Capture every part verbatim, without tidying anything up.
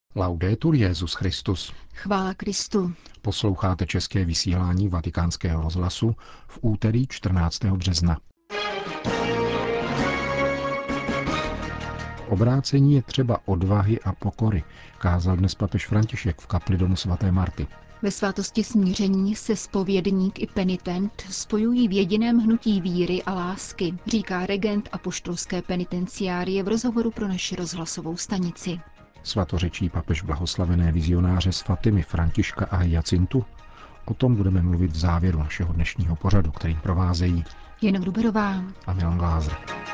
Laudetur Jesus Christus. Chvála Kristu. Posloucháte české vysílání Vatikánského rozhlasu v úterý čtrnáctého března. Obrácení je třeba odvahy a pokory, kázal dnes papež František v kapli domu svaté Marty. Ve svátosti smíření se zpovědník i penitent spojují v jediném hnutí víry a lásky, říká regent apoštolské penitenciárie v rozhovoru pro naši rozhlasovou stanici. Svatořečí papež blahoslavené vizionáře z Fatimy Františka a Hyacintu? O tom budeme mluvit v závěru našeho dnešního pořadu, kterým provázejí Jana Gruberová a Milan Glázer.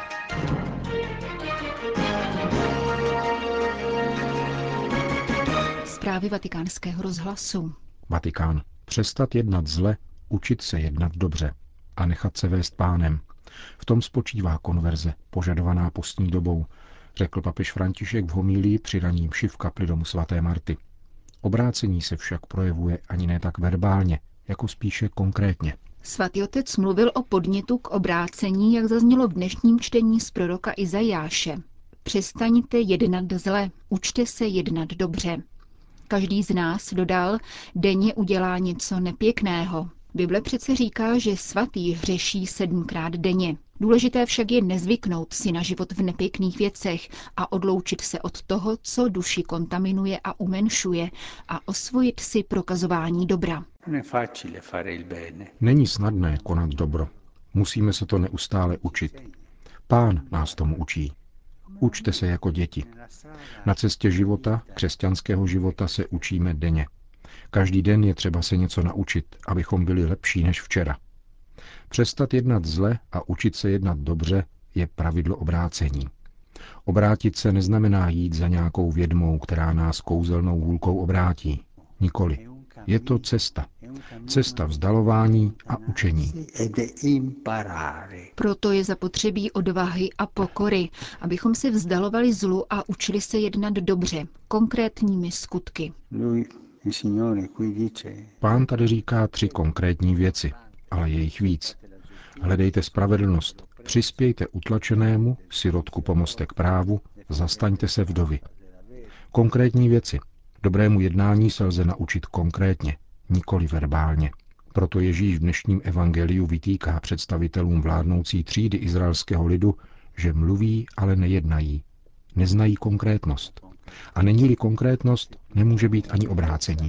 Zprávy Vatikánského rozhlasu. Vatikán. Přestat jednat zle, učit se jednat dobře a nechat se vést Pánem. V tom spočívá konverze, požadovaná postní dobou, řekl papež František v homílii při raní mši v kapli domu svaté Marty. Obrácení se však projevuje ani ne tak verbálně, jako spíše konkrétně. Svatý otec mluvil o podnětu k obrácení, jak zaznělo v dnešním čtení z proroka Izajáše. Přestaňte jednat zle, učte se jednat dobře. Každý z nás, dodal, denně udělá něco nepěkného. Bible přece říká, že svatý hřeší sedmkrát denně. Důležité však je nezvyknout si na život v nepěkných věcech a odloučit se od toho, co duši kontaminuje a umenšuje, a osvojit si prokazování dobra. Není snadné konat dobro. Musíme se to neustále učit. Pán nás tomu učí. Učte se jako děti. Na cestě života, křesťanského života, se učíme denně. Každý den je třeba se něco naučit, abychom byli lepší než včera. Přestat jednat zle a učit se jednat dobře je pravidlo obrácení. Obrátit se neznamená jít za nějakou vědmou, která nás kouzelnou hůlkou obrátí. Nikoli. Je to cesta. Cesta vzdalování a učení. Proto je zapotřebí odvahy a pokory, abychom se vzdalovali zlu a učili se jednat dobře, konkrétními skutky. Pán tady říká tři konkrétní věci, ale je jich víc. Hledejte spravedlnost, přispějte utlačenému, sirotku pomozte k právu, zastaňte se vdovy. Konkrétní věci. Dobrému jednání se lze naučit konkrétně, nikoli verbálně. Proto Ježíš v dnešním evangeliu vytýká představitelům vládnoucí třídy izraelského lidu, že mluví, ale nejednají. Neznají konkrétnost. A není-li konkrétnost, nemůže být ani obrácení.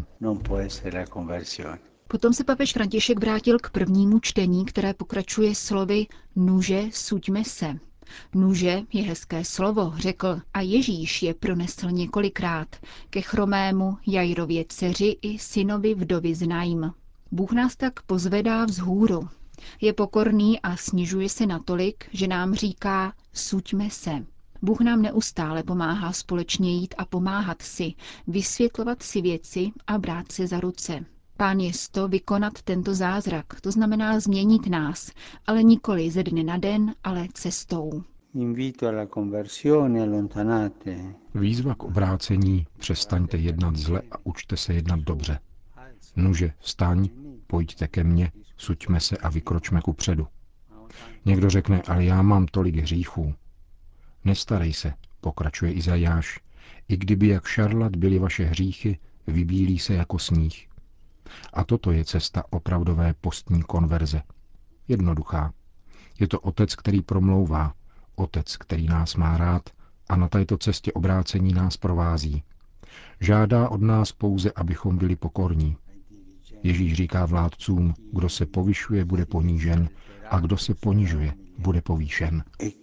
Potom se papež František vrátil k prvnímu čtení, které pokračuje slovy Nuže, suďme se. Nuže je hezké slovo, řekl, a Ježíš je pronesl několikrát ke chromému Jairově dceři i synovi vdovy z Naim. Bůh nás tak pozvedá vzhůru. Je pokorný a snižuje se natolik, že nám říká suďme se. Bůh nám neustále pomáhá společně jít a pomáhat si, vysvětlovat si věci a brát se za ruce. Pán je sto vykonat tento zázrak, to znamená změnit nás, ale nikoli ze dne na den, ale cestou. Výzva k obrácení, přestaňte jednat zle a učte se jednat dobře. Nuže, vstaň, pojďte ke mně, suďme se a vykročme ku předu. Někdo řekne, ale já mám tolik hříchů. Nestarej se, pokračuje Izajáš, i kdyby jak šarlat byly vaše hříchy, vybílí se jako sníh. A toto je cesta opravdové postní konverze. Jednoduchá. Je to otec, který promlouvá, otec, který nás má rád a na této cestě obrácení nás provází. Žádá od nás pouze, abychom byli pokorní. Ježíš říká vládcům, kdo se povyšuje, bude ponížen, a kdo se ponižuje, bude povýšen.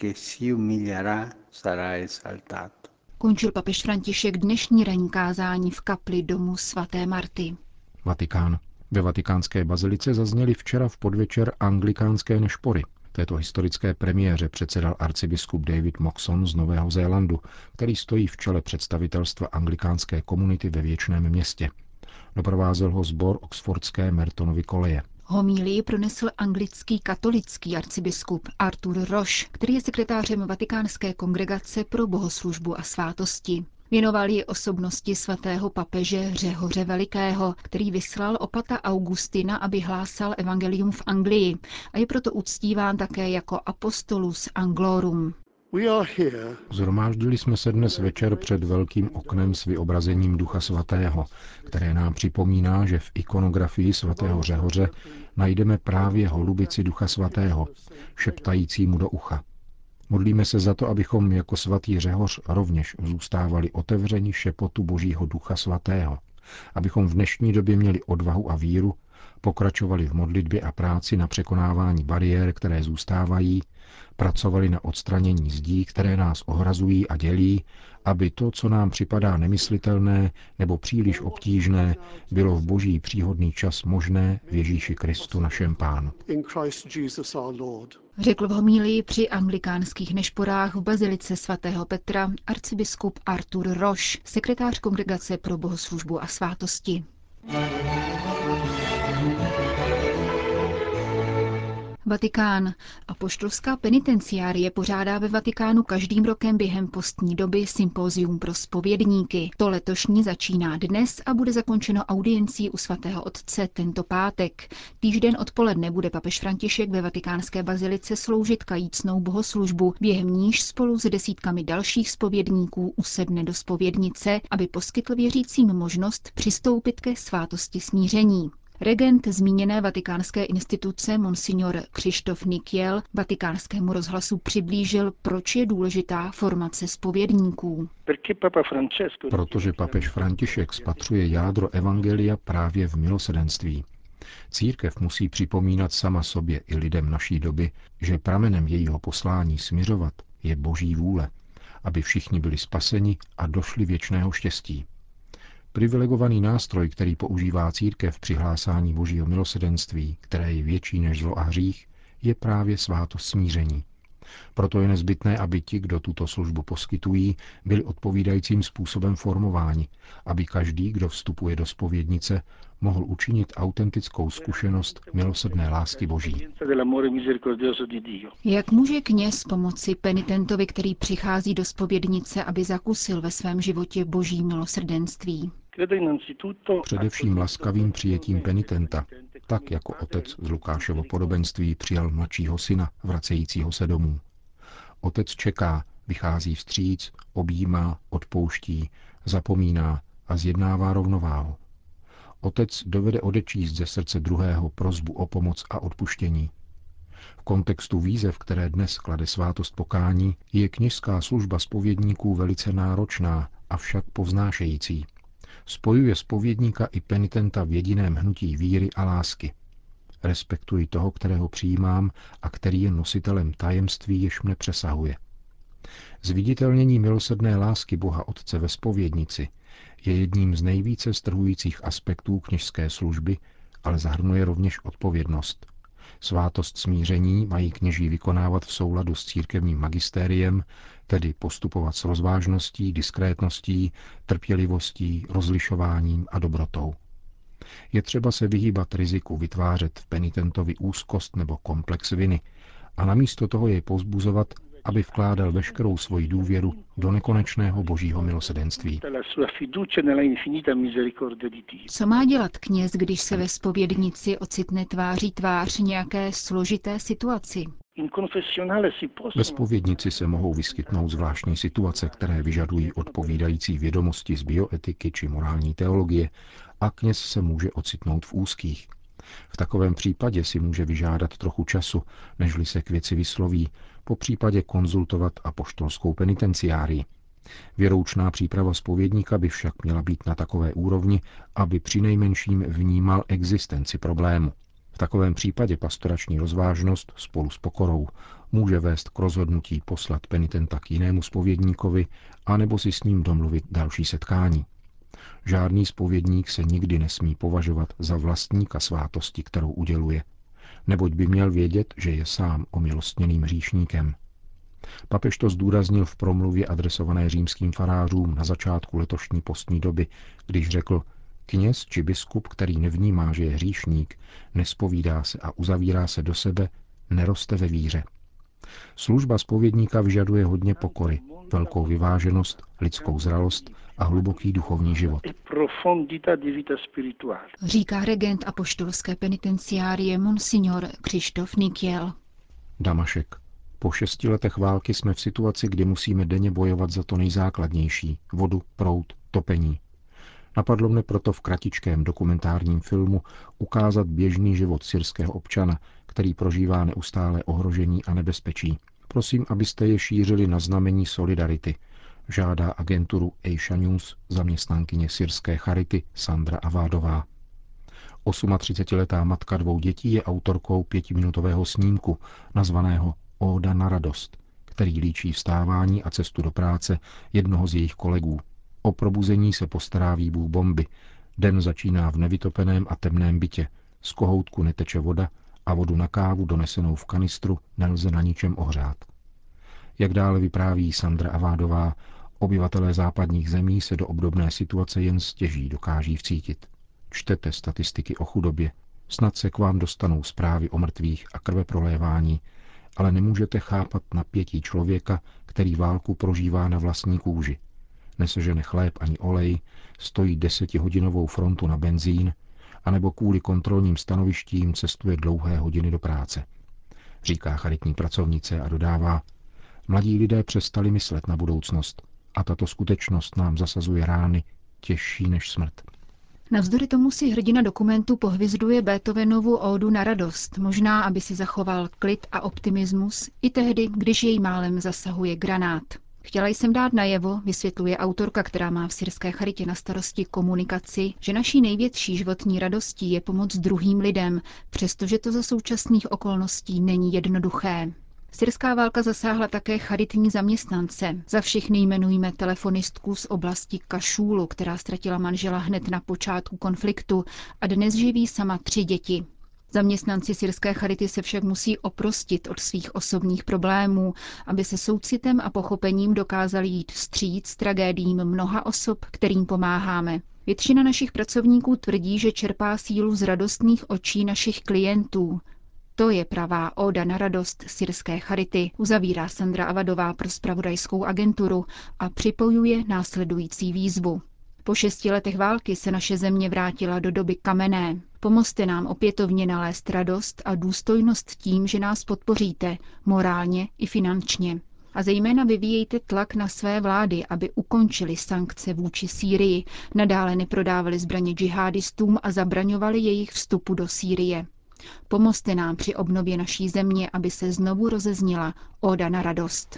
Končil papež František dnešní ranní kázání v kapli domu svaté Marty. Vatikán. Ve vatikánské bazilice zazněly včera v podvečer anglikánské nešpory. Této historické premiéře předsedal arcibiskup David Moxon z Nového Zélandu, který stojí v čele představitelstva anglikánské komunity ve Věčném Městě. Doprovázel ho sbor oxfordské Mertonovy koleje. Homílii pronesl anglický katolický arcibiskup Arthur Roche, který je sekretářem Vatikánské kongregace pro bohoslužbu a svátosti. Věnoval ji osobnosti svatého papeže Řehoře Velikého, který vyslal opata Augustina, aby hlásal evangelium v Anglii a je proto uctíván také jako apostolus Anglorum. Zhromáždili jsme se dnes večer před velkým oknem s vyobrazením Ducha Svatého, které nám připomíná, že v ikonografii svatého Řehoře najdeme právě holubici Ducha Svatého, šeptající mu do ucha. Modlíme se za to, abychom jako svatý Řehoř rovněž zůstávali otevřeni šepotu Božího Ducha Svatého, abychom v dnešní době měli odvahu a víru, pokračovali v modlitbě a práci na překonávání bariér, které zůstávají, pracovali na odstranění zdí, které nás ohrazují a dělí, aby to, co nám připadá nemyslitelné nebo příliš obtížné, bylo v Boží příhodný čas možné v Ježíši Kristu našem Pánu. Řekl v homílii při anglikánských nešporách v bazilice svatého Petra arcibiskup Arthur Roche, sekretář Kongregace pro bohoslužbu a svátosti. Vatikán. Apoštolská penitenciárie pořádá ve Vatikánu každým rokem během postní doby sympózium pro zpovědníky. To letošní začíná dnes a bude zakončeno audiencí u svatého otce tento pátek. Týžden odpoledne bude papež František ve vatikánské bazilice sloužit kajícnou bohoslužbu, během níž spolu s desítkami dalších zpovědníků usedne do zpovědnice, aby poskytl věřícím možnost přistoupit ke svátosti smíření. Regent zmíněné vatikánské instituce monsignor Krzysztof Nykiel vatikánskému rozhlasu přiblížil, proč je důležitá formace zpovědníků. Protože papež František spatřuje jádro evangelia právě v milosrdenství. Církev musí připomínat sama sobě i lidem naší doby, že pramenem jejího poslání smiřovat je Boží vůle, aby všichni byli spaseni a došli věčného štěstí. Privilegovaný nástroj, který používá církev při hlásání Božího milosrdenství, které je větší než zlo a hřích, je právě svátost smíření. Proto je nezbytné, aby ti, kdo tuto službu poskytují, byli odpovídajícím způsobem formováni, aby každý, kdo vstupuje do zpovědnice, mohl učinit autentickou zkušenost milosrdné lásky Boží. Jak může kněz pomoci penitentovi, který přichází do zpovědnice, aby zakusil ve svém životě Boží milosrdenství? Především laskavým přijetím penitenta, tak jako otec z Lukášovo podobenství přijal mladšího syna, vracejícího se domů. Otec čeká, vychází vstříc, objímá, odpouští, zapomíná a zjednává rovnováhu. Otec dovede odečíst ze srdce druhého prosbu o pomoc a odpuštění. V kontextu výzev, které dnes klade svátost pokání, je kněžská služba zpovědníků velice náročná, avšak povznášející. Spojuje zpovědníka i penitenta v jediném hnutí víry a lásky. Respektuji toho, kterého přijímám a který je nositelem tajemství, jež mne přesahuje. Zviditelnění milosrdné lásky Boha Otce ve zpovědnici je jedním z nejvíce strhujících aspektů kněžské služby, ale zahrnuje rovněž odpovědnost. Svátost smíření mají kněží vykonávat v souladu s církevním magistériem, tedy postupovat s rozvážností, diskrétností, trpělivostí, rozlišováním a dobrotou. Je třeba se vyhýbat riziku vytvářet v penitentovi úzkost nebo komplex viny a namísto toho jej povzbuzovat, aby vkládal veškerou svoji důvěru do nekonečného Božího milosrdenství. Co má dělat kněz, když se ve zpovědnici ocitne tváří tvář nějaké složité situaci? Ve zpovědnici se mohou vyskytnout zvláštní situace, které vyžadují odpovídající vědomosti z bioetiky či morální teologie a kněz se může ocitnout v úzkých. V takovém případě si může vyžádat trochu času, nežli se k věci vysloví, po případě konzultovat apoštolskou penitenciárii. Věroučná příprava zpovědníka by však měla být na takové úrovni, aby přinejmenším vnímal existenci problému. V takovém případě pastorační rozvážnost spolu s pokorou může vést k rozhodnutí poslat penitenta k jinému zpovědníkovi anebo si s ním domluvit další setkání. Žádný zpovědník se nikdy nesmí považovat za vlastníka svátosti, kterou uděluje, neboť by měl vědět, že je sám omilostněným hříšníkem. Papež to zdůraznil v promluvě adresované římským farářům na začátku letošní postní doby, když řekl: kněz či biskup, který nevnímá, že je hříšník, nespovídá se a uzavírá se do sebe, neroste ve víře. Služba zpovědníka vyžaduje hodně pokory, velkou vyváženost, lidskou zralost a hluboký duchovní život. Říká regent apoštolské penitenciárie monsignor Krzysztof Nykiel. Damašek. Po šesti letech války jsme v situaci, kdy musíme denně bojovat za to nejzákladnější – vodu, proud, topení. Napadlo mne proto v kratičkém dokumentárním filmu ukázat běžný život syrského občana, který prožívá neustálé ohrožení a nebezpečí. Prosím, abyste je šířili na znamení solidarity, žádá agenturu Asia News zaměstnankyně syrské charity Sandra Avádová. třicetiosmiletá matka dvou dětí je autorkou pětiminutového snímku nazvaného Óda na radost, který líčí vstávání a cestu do práce jednoho z jejich kolegů. O probuzení se postará výbuch bomby. Den začíná v nevytopeném a temném bytě. Z kohoutku neteče voda a vodu na kávu donesenou v kanistru nelze na ničem ohřát. Jak dále vypráví Sandra Avádová, obyvatelé západních zemí se do obdobné situace jen stěží dokáží vcítit. Čtete statistiky o chudobě, snad se k vám dostanou zprávy o mrtvých a krveprolévání, ale nemůžete chápat napětí člověka, který válku prožívá na vlastní kůži. Nesežene chléb ani olej, stojí desetihodinovou frontu na benzín, anebo kvůli kontrolním stanovištím cestuje dlouhé hodiny do práce. Říká charitní pracovnice a dodává, mladí lidé přestali myslet na budoucnost a tato skutečnost nám zasazuje rány těžší než smrt. Navzdory tomu si hrdina dokumentu pohvyzduje Beethovenovu ódu na radost, možná aby si zachoval klid a optimismus i tehdy, když jej málem zasahuje granát. Chtěla jsem dát najevo, vysvětluje autorka, která má v syrské charitě na starosti komunikaci, že naší největší životní radostí je pomoc druhým lidem, přestože to za současných okolností není jednoduché. Syrská válka zasáhla také charitní zaměstnance. Za všechny jmenujeme telefonistku z oblasti Kašúlu, která ztratila manžela hned na počátku konfliktu a dnes živí sama tři děti. Zaměstnanci syrské charity se však musí oprostit od svých osobních problémů, aby se soucitem a pochopením dokázali jít vstříc tragédiím mnoha osob, kterým pomáháme. Většina našich pracovníků tvrdí, že čerpá sílu z radostných očí našich klientů. To je pravá óda na radost syrské charity, uzavírá Sandra Avadová pro zpravodajskou agenturu a připojuje následující výzvu. Po šesti letech války se naše země vrátila do doby kamenné. Pomozte nám opětovně nalézt radost a důstojnost tím, že nás podpoříte, morálně i finančně. A zejména vyvíjejte tlak na své vlády, aby ukončili sankce vůči Sýrii, nadále neprodávali zbraně džihadistům a zabraňovali jejich vstupu do Sýrie. Pomozte nám při obnově naší země, aby se znovu rozezněla óda na radost.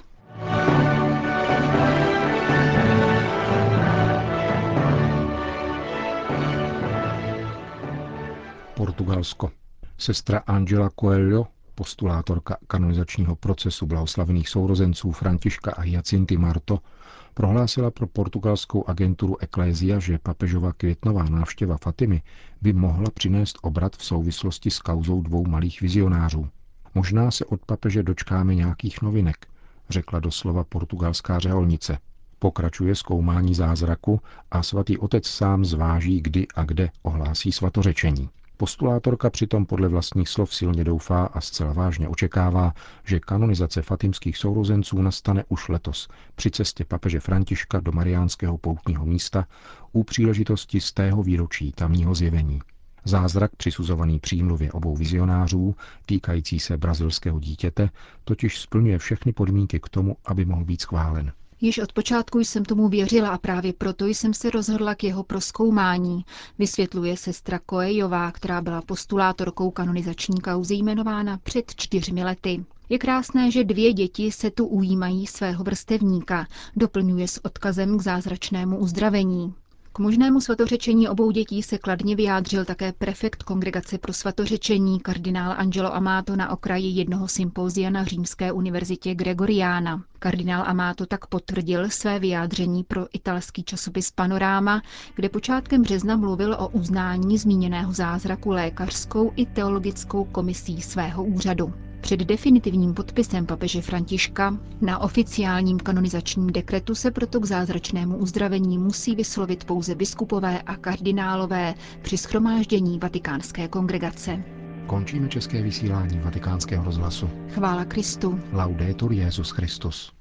Portugalsko. Sestra Angela Coelho, postulátorka kanonizačního procesu blahoslavených sourozenců Františka a Jacinty Marto, prohlásila pro portugalskou agenturu Ecclesia, že papežova květnová návštěva Fatimy by mohla přinést obrat v souvislosti s kauzou dvou malých vizionářů. Možná se od papeže dočkáme nějakých novinek, řekla doslova portugalská řeholnice. Pokračuje zkoumání zázraku a svatý otec sám zváží, kdy a kde ohlásí svatořečení. Postulátorka přitom podle vlastních slov silně doufá a zcela vážně očekává, že kanonizace fatimských sourozenců nastane už letos při cestě papeže Františka do mariánského poutního místa u příležitosti stého výročí tamního zjevení. Zázrak přisuzovaný přímluvě obou vizionářů, týkající se brazilského dítěte, totiž splňuje všechny podmínky k tomu, aby mohl být schválen. Již od počátku jsem tomu věřila a právě proto jsem se rozhodla k jeho prozkoumání, vysvětluje sestra Coelhová, která byla postulátorkou kanonizační kauzy jmenována před čtyřmi lety. Je krásné, že dvě děti se tu ujímají svého vrstevníka, doplňuje s odkazem k zázračnému uzdravení. K možnému svatořečení obou dětí se kladně vyjádřil také prefekt Kongregace pro svatořečení kardinál Angelo Amato na okraji jednoho sympózia na Římské univerzitě Gregoriana. Kardinál Amato tak potvrdil své vyjádření pro italský časopis Panorama, kde počátkem března mluvil o uznání zmíněného zázraku lékařskou i teologickou komisí svého úřadu. Před definitivním podpisem papeže Františka na oficiálním kanonizačním dekretu se proto k zázračnému uzdravení musí vyslovit pouze biskupové a kardinálové při shromáždění Vatikánské kongregace. Končíme české vysílání Vatikánského rozhlasu. Chvála Kristu. Laudetur Jesus Christus.